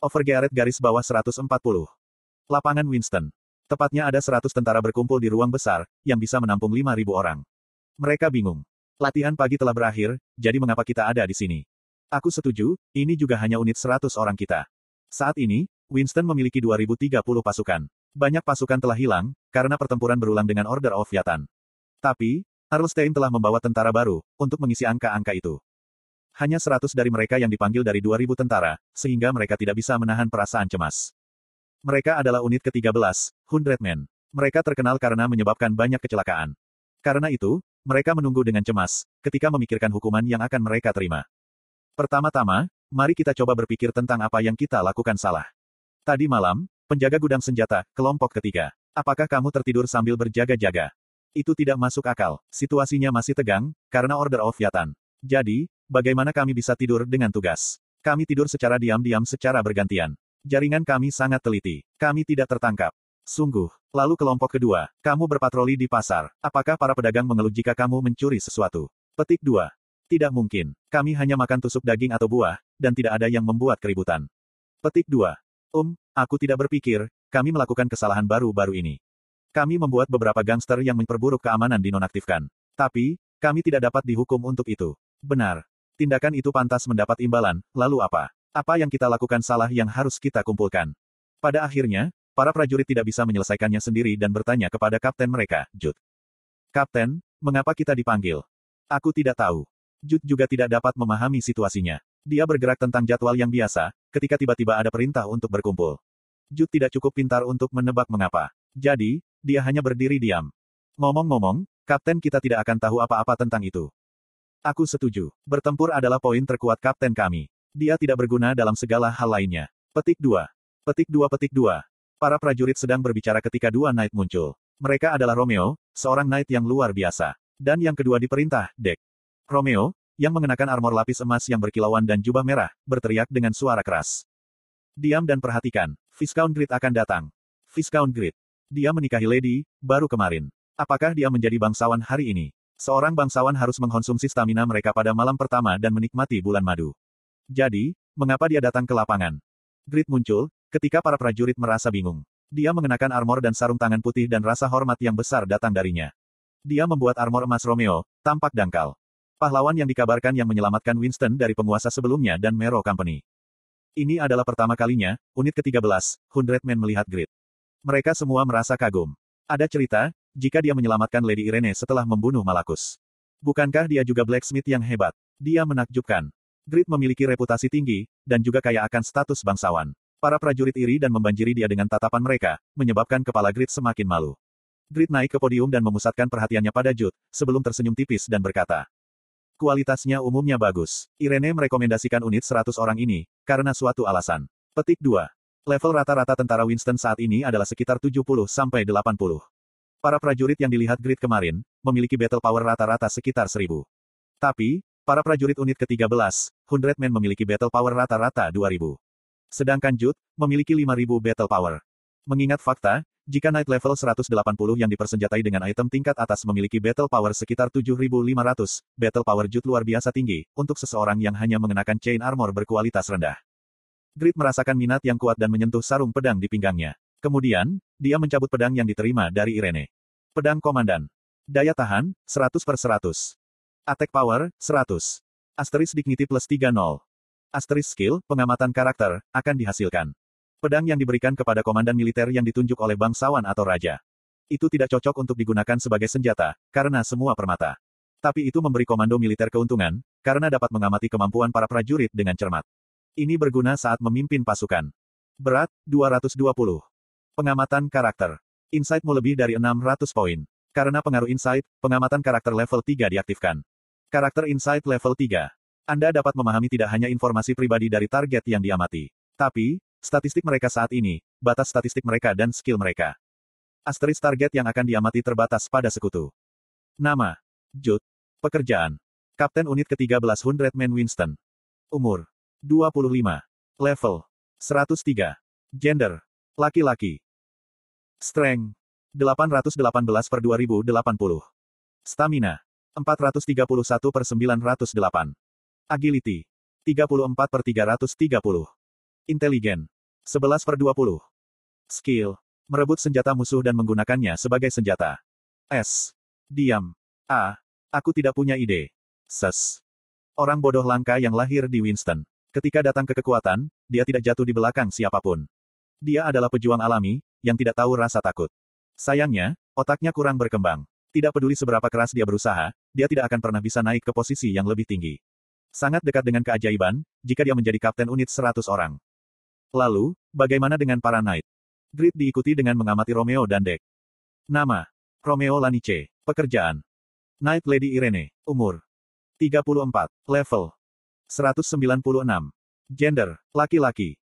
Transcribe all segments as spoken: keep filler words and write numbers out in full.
Overgearet garis bawah seratus empat puluh. Lapangan Winston. Tepatnya ada seratus tentara berkumpul di ruang besar, yang bisa menampung lima ribu orang. Mereka bingung. Latihan pagi telah berakhir, jadi mengapa kita ada di sini? Aku setuju, ini juga hanya unit seratus orang kita. Saat ini, Winston memiliki dua ribu tiga puluh pasukan. Banyak pasukan telah hilang, karena pertempuran berulang dengan Order of Yatan. Tapi, Arlstein telah membawa tentara baru, untuk mengisi angka-angka itu. Hanya seratus dari mereka yang dipanggil dari dua ribu tentara, sehingga mereka tidak bisa menahan perasaan cemas. Mereka adalah unit ke tiga belas, Hundred Men. Mereka terkenal karena menyebabkan banyak kecelakaan. Karena itu, mereka menunggu dengan cemas, ketika memikirkan hukuman yang akan mereka terima. Pertama-tama, mari kita coba berpikir tentang apa yang kita lakukan salah. Tadi malam, penjaga gudang senjata, kelompok ketiga. Apakah kamu tertidur sambil berjaga-jaga? Itu tidak masuk akal. Situasinya masih tegang, karena Order of Yatan. Jadi, bagaimana kami bisa tidur dengan tugas? Kami tidur secara diam-diam secara bergantian. Jaringan kami sangat teliti. Kami tidak tertangkap. Sungguh. Lalu kelompok kedua, kamu berpatroli di pasar. Apakah para pedagang mengeluh jika kamu mencuri sesuatu? Petik dua. Tidak mungkin. Kami hanya makan tusuk daging atau buah, dan tidak ada yang membuat keributan. Petik dua. Um, aku tidak berpikir, kami melakukan kesalahan baru-baru ini. Kami membuat beberapa gangster yang memperburuk keamanan dinonaktifkan. Tapi, kami tidak dapat dihukum untuk itu. Benar. Tindakan itu pantas mendapat imbalan, lalu apa? Apa yang kita lakukan salah yang harus kita kumpulkan? Pada akhirnya, para prajurit tidak bisa menyelesaikannya sendiri dan bertanya kepada kapten mereka, Jude. Kapten, mengapa kita dipanggil? Aku tidak tahu. Jude juga tidak dapat memahami situasinya. Dia bergerak tentang jadwal yang biasa, ketika tiba-tiba ada perintah untuk berkumpul. Jude tidak cukup pintar untuk menebak mengapa. Jadi, dia hanya berdiri diam. Ngomong-ngomong, kapten kita tidak akan tahu apa-apa tentang itu. Aku setuju. Bertempur adalah poin terkuat kapten kami. Dia tidak berguna dalam segala hal lainnya. Petik dua. Petik dua petik dua. Para prajurit sedang berbicara ketika dua knight muncul. Mereka adalah Romeo, seorang knight yang luar biasa. Dan yang kedua diperintah, Deck. Romeo, yang mengenakan armor lapis emas yang berkilauan dan jubah merah, berteriak dengan suara keras. Diam dan perhatikan. Viscount Grid akan datang. Viscount Grid. Dia menikahi Lady, baru kemarin. Apakah dia menjadi bangsawan hari ini? Seorang bangsawan harus mengkonsumsi stamina mereka pada malam pertama dan menikmati bulan madu. Jadi, mengapa dia datang ke lapangan? Grid muncul, ketika para prajurit merasa bingung. Dia mengenakan armor dan sarung tangan putih dan rasa hormat yang besar datang darinya. Dia membuat armor emas Romeo, tampak dangkal. Pahlawan yang dikabarkan yang menyelamatkan Winston dari penguasa sebelumnya dan Mero Company. Ini adalah pertama kalinya, unit ke tiga belas, Hundred Men melihat Grid. Mereka semua merasa kagum. Ada cerita, jika dia menyelamatkan Lady Irene setelah membunuh Malakus. Bukankah dia juga blacksmith yang hebat? Dia menakjubkan. Grid memiliki reputasi tinggi, dan juga kaya akan status bangsawan. Para prajurit iri dan membanjiri dia dengan tatapan mereka, menyebabkan kepala Grid semakin malu. Grid naik ke podium dan memusatkan perhatiannya pada Jude, sebelum tersenyum tipis dan berkata. Kualitasnya umumnya bagus. Irene merekomendasikan unit seratus orang ini, karena suatu alasan. Petik dua. Level rata-rata tentara Winston saat ini adalah sekitar tujuh puluh sampai delapan puluh. Para prajurit yang dilihat Grid kemarin, memiliki battle power rata-rata sekitar seribu. Tapi, para prajurit unit ke tiga belas, Hundred Men memiliki battle power rata-rata dua ribu. Sedangkan Jude, memiliki lima ribu battle power. Mengingat fakta, jika Knight level seratus delapan puluh yang dipersenjatai dengan item tingkat atas memiliki battle power sekitar tujuh ribu lima ratus, battle power Jude luar biasa tinggi, untuk seseorang yang hanya mengenakan chain armor berkualitas rendah. Grid merasakan minat yang kuat dan menyentuh sarung pedang di pinggangnya. Kemudian, dia mencabut pedang yang diterima dari Irene. Pedang Komandan. Daya tahan, seratus per seratus. Attack power, seratus. Asterisk dignity plus tiga puluh. Asterisk skill, pengamatan karakter, akan dihasilkan. Pedang yang diberikan kepada komandan militer yang ditunjuk oleh bangsawan atau raja. Itu tidak cocok untuk digunakan sebagai senjata, karena semua permata. Tapi itu memberi komando militer keuntungan, karena dapat mengamati kemampuan para prajurit dengan cermat. Ini berguna saat memimpin pasukan. Berat, dua ratus dua puluh. Pengamatan karakter. Insight-mu lebih dari enam ratus poin. Karena pengaruh insight, pengamatan karakter level tiga diaktifkan. Karakter insight level tiga. Anda dapat memahami tidak hanya informasi pribadi dari target yang diamati, tapi statistik mereka saat ini, batas statistik mereka dan skill mereka. Asterisk target yang akan diamati terbatas pada sekutu. Nama. Jude. Pekerjaan. Kapten unit ke tiga belas Hundred Men Winston. Umur. dua puluh lima. Level. seratus tiga. Gender. Laki-laki. Strength. delapan ratus delapan belas per dua ribu delapan puluh. Stamina. empat ratus tiga puluh satu per sembilan ratus delapan. Agility. tiga puluh empat per tiga ratus tiga puluh. Inteligen. sebelas per dua puluh. Skill. Merebut senjata musuh dan menggunakannya sebagai senjata. S. Diam. A. Aku tidak punya ide. Ses. Orang bodoh langka yang lahir di Winston. Ketika datang ke kekuatan, dia tidak jatuh di belakang siapapun. Dia adalah pejuang alami, yang tidak tahu rasa takut. Sayangnya, otaknya kurang berkembang. Tidak peduli seberapa keras dia berusaha, dia tidak akan pernah bisa naik ke posisi yang lebih tinggi. Sangat dekat dengan keajaiban, jika dia menjadi kapten unit seratus orang. Lalu, bagaimana dengan para knight? Grid diikuti dengan mengamati Romeo dan Deck. Nama. Romeo Lanice. Pekerjaan. Knight Lady Irene. Umur. tiga puluh empat. Level. seratus sembilan puluh enam. Gender. Laki-laki.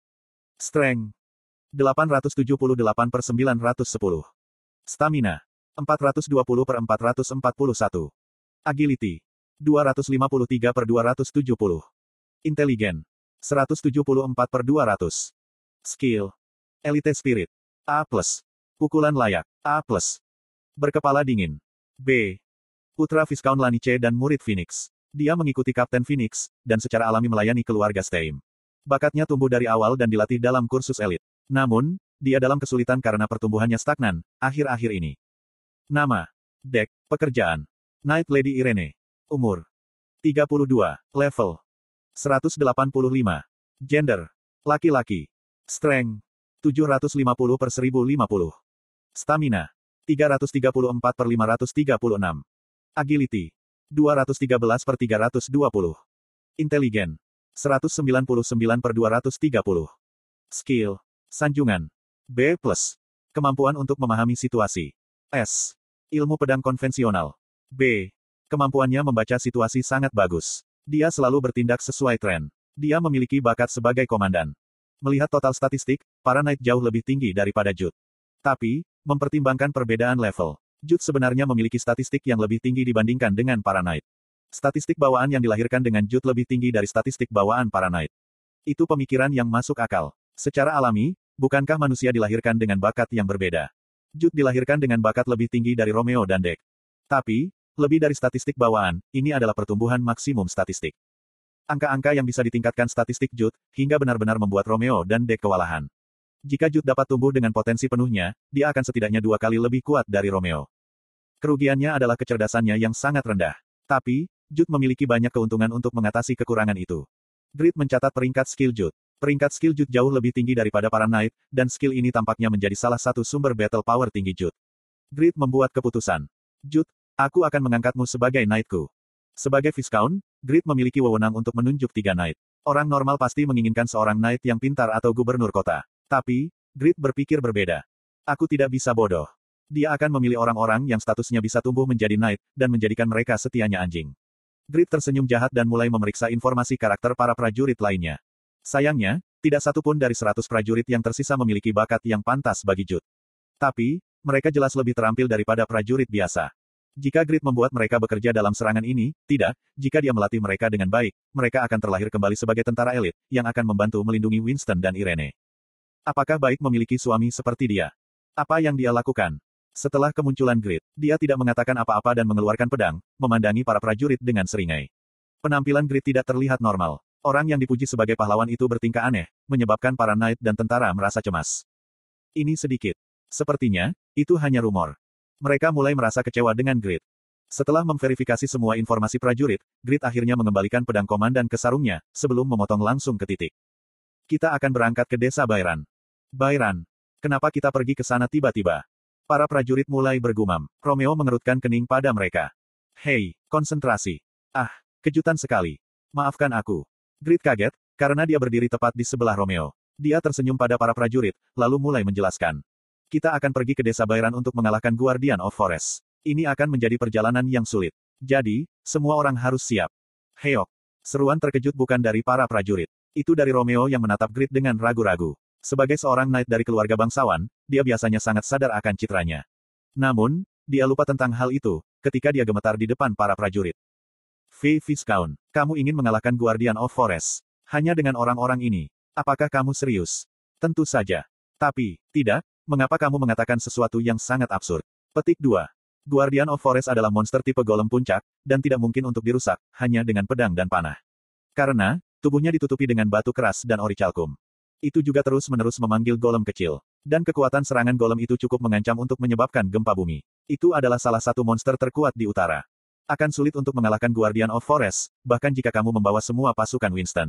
Strength. delapan ratus tujuh puluh delapan per sembilan ratus sepuluh. Stamina. empat ratus dua puluh per empat ratus empat puluh satu. Agility. dua ratus lima puluh tiga per dua ratus tujuh puluh. Intelligent. seratus tujuh puluh empat per dua ratus. Skill. Elite Spirit. A plus. Pukulan layak. A plus. Berkepala dingin. B. Putra Viscount Lanice dan murid Phoenix. Dia mengikuti Kapten Phoenix, dan secara alami melayani keluarga Steim. Bakatnya tumbuh dari awal dan dilatih dalam kursus elit. Namun, dia dalam kesulitan karena pertumbuhannya stagnan, akhir-akhir ini. Nama. Deck. Pekerjaan. Knight Lady Irene. Umur. tiga puluh dua. Level. seratus delapan puluh lima. Gender. Laki-laki. Strength. tujuh ratus lima puluh per seribu lima puluh. Stamina. tiga ratus tiga puluh empat per lima ratus tiga puluh enam. Agility. dua ratus tiga belas per tiga ratus dua puluh. Intelligent. seratus sembilan puluh sembilan per dua ratus tiga puluh. Skill. Sanjungan. B plus. Kemampuan untuk memahami situasi. S. Ilmu pedang konvensional. B. Kemampuannya membaca situasi sangat bagus. Dia selalu bertindak sesuai tren. Dia memiliki bakat sebagai komandan. Melihat total statistik, para knight jauh lebih tinggi daripada Jude. Tapi, mempertimbangkan perbedaan level, Jude sebenarnya memiliki statistik yang lebih tinggi dibandingkan dengan para knight. Statistik bawaan yang dilahirkan dengan Jude lebih tinggi dari statistik bawaan para knight. Itu pemikiran yang masuk akal. Secara alami, bukankah manusia dilahirkan dengan bakat yang berbeda? Jude dilahirkan dengan bakat lebih tinggi dari Romeo dan Deck. Tapi, lebih dari statistik bawaan, ini adalah pertumbuhan maksimum statistik. Angka-angka yang bisa ditingkatkan statistik Jude, hingga benar-benar membuat Romeo dan Deck kewalahan. Jika Jude dapat tumbuh dengan potensi penuhnya, dia akan setidaknya dua kali lebih kuat dari Romeo. Kerugiannya adalah kecerdasannya yang sangat rendah. Tapi, Jude memiliki banyak keuntungan untuk mengatasi kekurangan itu. Grid mencatat peringkat skill Jude. Peringkat skill Jude jauh lebih tinggi daripada para knight, dan skill ini tampaknya menjadi salah satu sumber battle power tinggi Jude. Grid membuat keputusan. Jude, aku akan mengangkatmu sebagai knightku. Sebagai Viscount, Grid memiliki wewenang untuk menunjuk tiga knight. Orang normal pasti menginginkan seorang knight yang pintar atau gubernur kota. Tapi, Grid berpikir berbeda. Aku tidak bisa bodoh. Dia akan memilih orang-orang yang statusnya bisa tumbuh menjadi knight, dan menjadikan mereka setianya anjing. Grid tersenyum jahat dan mulai memeriksa informasi karakter para prajurit lainnya. Sayangnya, tidak satu pun dari seratus prajurit yang tersisa memiliki bakat yang pantas bagi Jude. Tapi, mereka jelas lebih terampil daripada prajurit biasa. Jika Grid membuat mereka bekerja dalam serangan ini, tidak, jika dia melatih mereka dengan baik, mereka akan terlahir kembali sebagai tentara elit, yang akan membantu melindungi Winston dan Irene. Apakah baik memiliki suami seperti dia? Apa yang dia lakukan? Setelah kemunculan Grid, dia tidak mengatakan apa-apa dan mengeluarkan pedang, memandangi para prajurit dengan seringai. Penampilan Grid tidak terlihat normal. Orang yang dipuji sebagai pahlawan itu bertingkah aneh, menyebabkan para knight dan tentara merasa cemas. Ini sedikit. Sepertinya, itu hanya rumor. Mereka mulai merasa kecewa dengan Grid. Setelah memverifikasi semua informasi prajurit, Grid akhirnya mengembalikan pedang komandan ke sarungnya, sebelum memotong langsung ke titik. Kita akan berangkat ke desa Bairan. Bairan. Kenapa kita pergi ke sana tiba-tiba? Para prajurit mulai bergumam. Romeo mengerutkan kening pada mereka. Hei, konsentrasi. Ah, kejutan sekali. Maafkan aku. Grid kaget, karena dia berdiri tepat di sebelah Romeo. Dia tersenyum pada para prajurit, lalu mulai menjelaskan. Kita akan pergi ke desa Bairan untuk mengalahkan Guardian of Forest. Ini akan menjadi perjalanan yang sulit. Jadi, semua orang harus siap. Heok. Seruan terkejut bukan dari para prajurit. Itu dari Romeo yang menatap Grid dengan ragu-ragu. Sebagai seorang knight dari keluarga bangsawan, dia biasanya sangat sadar akan citranya. Namun, dia lupa tentang hal itu, ketika dia gemetar di depan para prajurit. V. Viscount, kamu ingin mengalahkan Guardian of Forest. Hanya dengan orang-orang ini. Apakah kamu serius? Tentu saja. Tapi, tidak, mengapa kamu mengatakan sesuatu yang sangat absurd? Petik dua. Guardian of Forest adalah monster tipe golem puncak, dan tidak mungkin untuk dirusak, hanya dengan pedang dan panah. Karena, tubuhnya ditutupi dengan batu keras dan orichalcum. Itu juga terus-menerus memanggil golem kecil. Dan kekuatan serangan golem itu cukup mengancam untuk menyebabkan gempa bumi. Itu adalah salah satu monster terkuat di utara. Akan sulit untuk mengalahkan Guardian of Forest, bahkan jika kamu membawa semua pasukan Winston.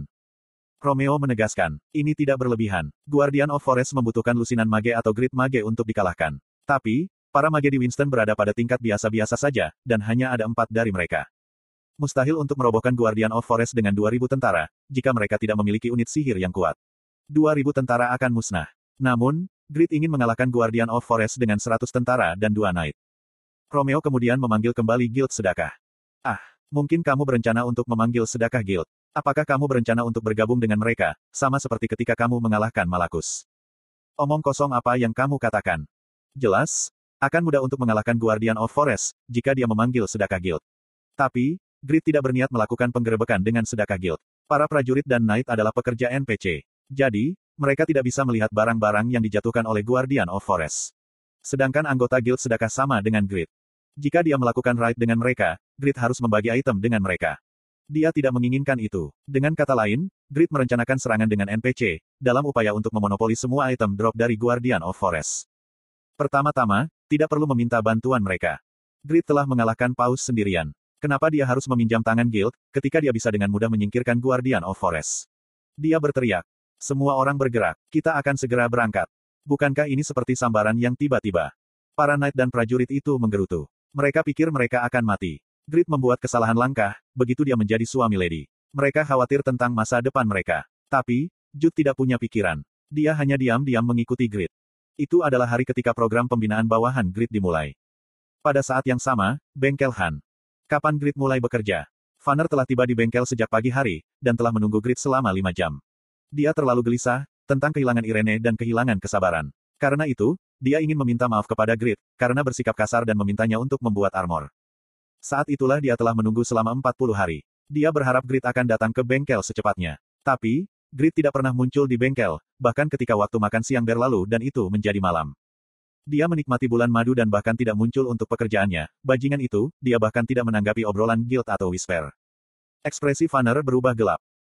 Romeo menegaskan, ini tidak berlebihan. Guardian of Forest membutuhkan lusinan mage atau grid mage untuk dikalahkan. Tapi, para mage di Winston berada pada tingkat biasa-biasa saja, dan hanya ada empat dari mereka. Mustahil untuk merobohkan Guardian of Forest dengan dua ribu tentara, jika mereka tidak memiliki unit sihir yang kuat. dua ribu tentara akan musnah. Namun, Grid ingin mengalahkan Guardian of Forest dengan seratus tentara dan dua knight. Romeo kemudian memanggil kembali Guild Sedakah. Ah, mungkin kamu berencana untuk memanggil Sedakah Guild. Apakah kamu berencana untuk bergabung dengan mereka, sama seperti ketika kamu mengalahkan Malakus? Omong kosong apa yang kamu katakan? Jelas, akan mudah untuk mengalahkan Guardian of Forest, jika dia memanggil Sedakah Guild. Tapi, Grid tidak berniat melakukan penggerebekan dengan Sedakah Guild. Para prajurit dan knight adalah pekerja N P C. Jadi, mereka tidak bisa melihat barang-barang yang dijatuhkan oleh Guardian of Forest. Sedangkan anggota Guild Sedakah sama dengan Grid. Jika dia melakukan raid dengan mereka, Grid harus membagi item dengan mereka. Dia tidak menginginkan itu. Dengan kata lain, Grid merencanakan serangan dengan N P C, dalam upaya untuk memonopoli semua item drop dari Guardian of Forest. Pertama-tama, tidak perlu meminta bantuan mereka. Grid telah mengalahkan Paus sendirian. Kenapa dia harus meminjam tangan Guild, ketika dia bisa dengan mudah menyingkirkan Guardian of Forest? Dia berteriak. Semua orang bergerak. Kita akan segera berangkat. Bukankah ini seperti sambaran yang tiba-tiba? Para knight dan prajurit itu menggerutu. Mereka pikir mereka akan mati. Grid membuat kesalahan langkah, begitu dia menjadi suami lady. Mereka khawatir tentang masa depan mereka. Tapi, Jude tidak punya pikiran. Dia hanya diam-diam mengikuti Grid. Itu adalah hari ketika program pembinaan bawahan Grid dimulai. Pada saat yang sama, bengkel Han. Kapan Grid mulai bekerja? Vanner telah tiba di bengkel sejak pagi hari, dan telah menunggu Grid selama lima jam. Dia terlalu gelisah, tentang kehilangan Irene dan kehilangan kesabaran. Karena itu, dia ingin meminta maaf kepada Grid, karena bersikap kasar dan memintanya untuk membuat armor. Saat itulah dia telah menunggu selama empat puluh hari. Dia berharap Grid akan datang ke bengkel secepatnya. Tapi, Grid tidak pernah muncul di bengkel, bahkan ketika waktu makan siang berlalu dan itu menjadi malam. Dia menikmati bulan madu dan bahkan tidak muncul untuk pekerjaannya. Bajingan itu, dia bahkan tidak menanggapi obrolan Guild atau Whisper. Ekspresi Vanner berubah gelap.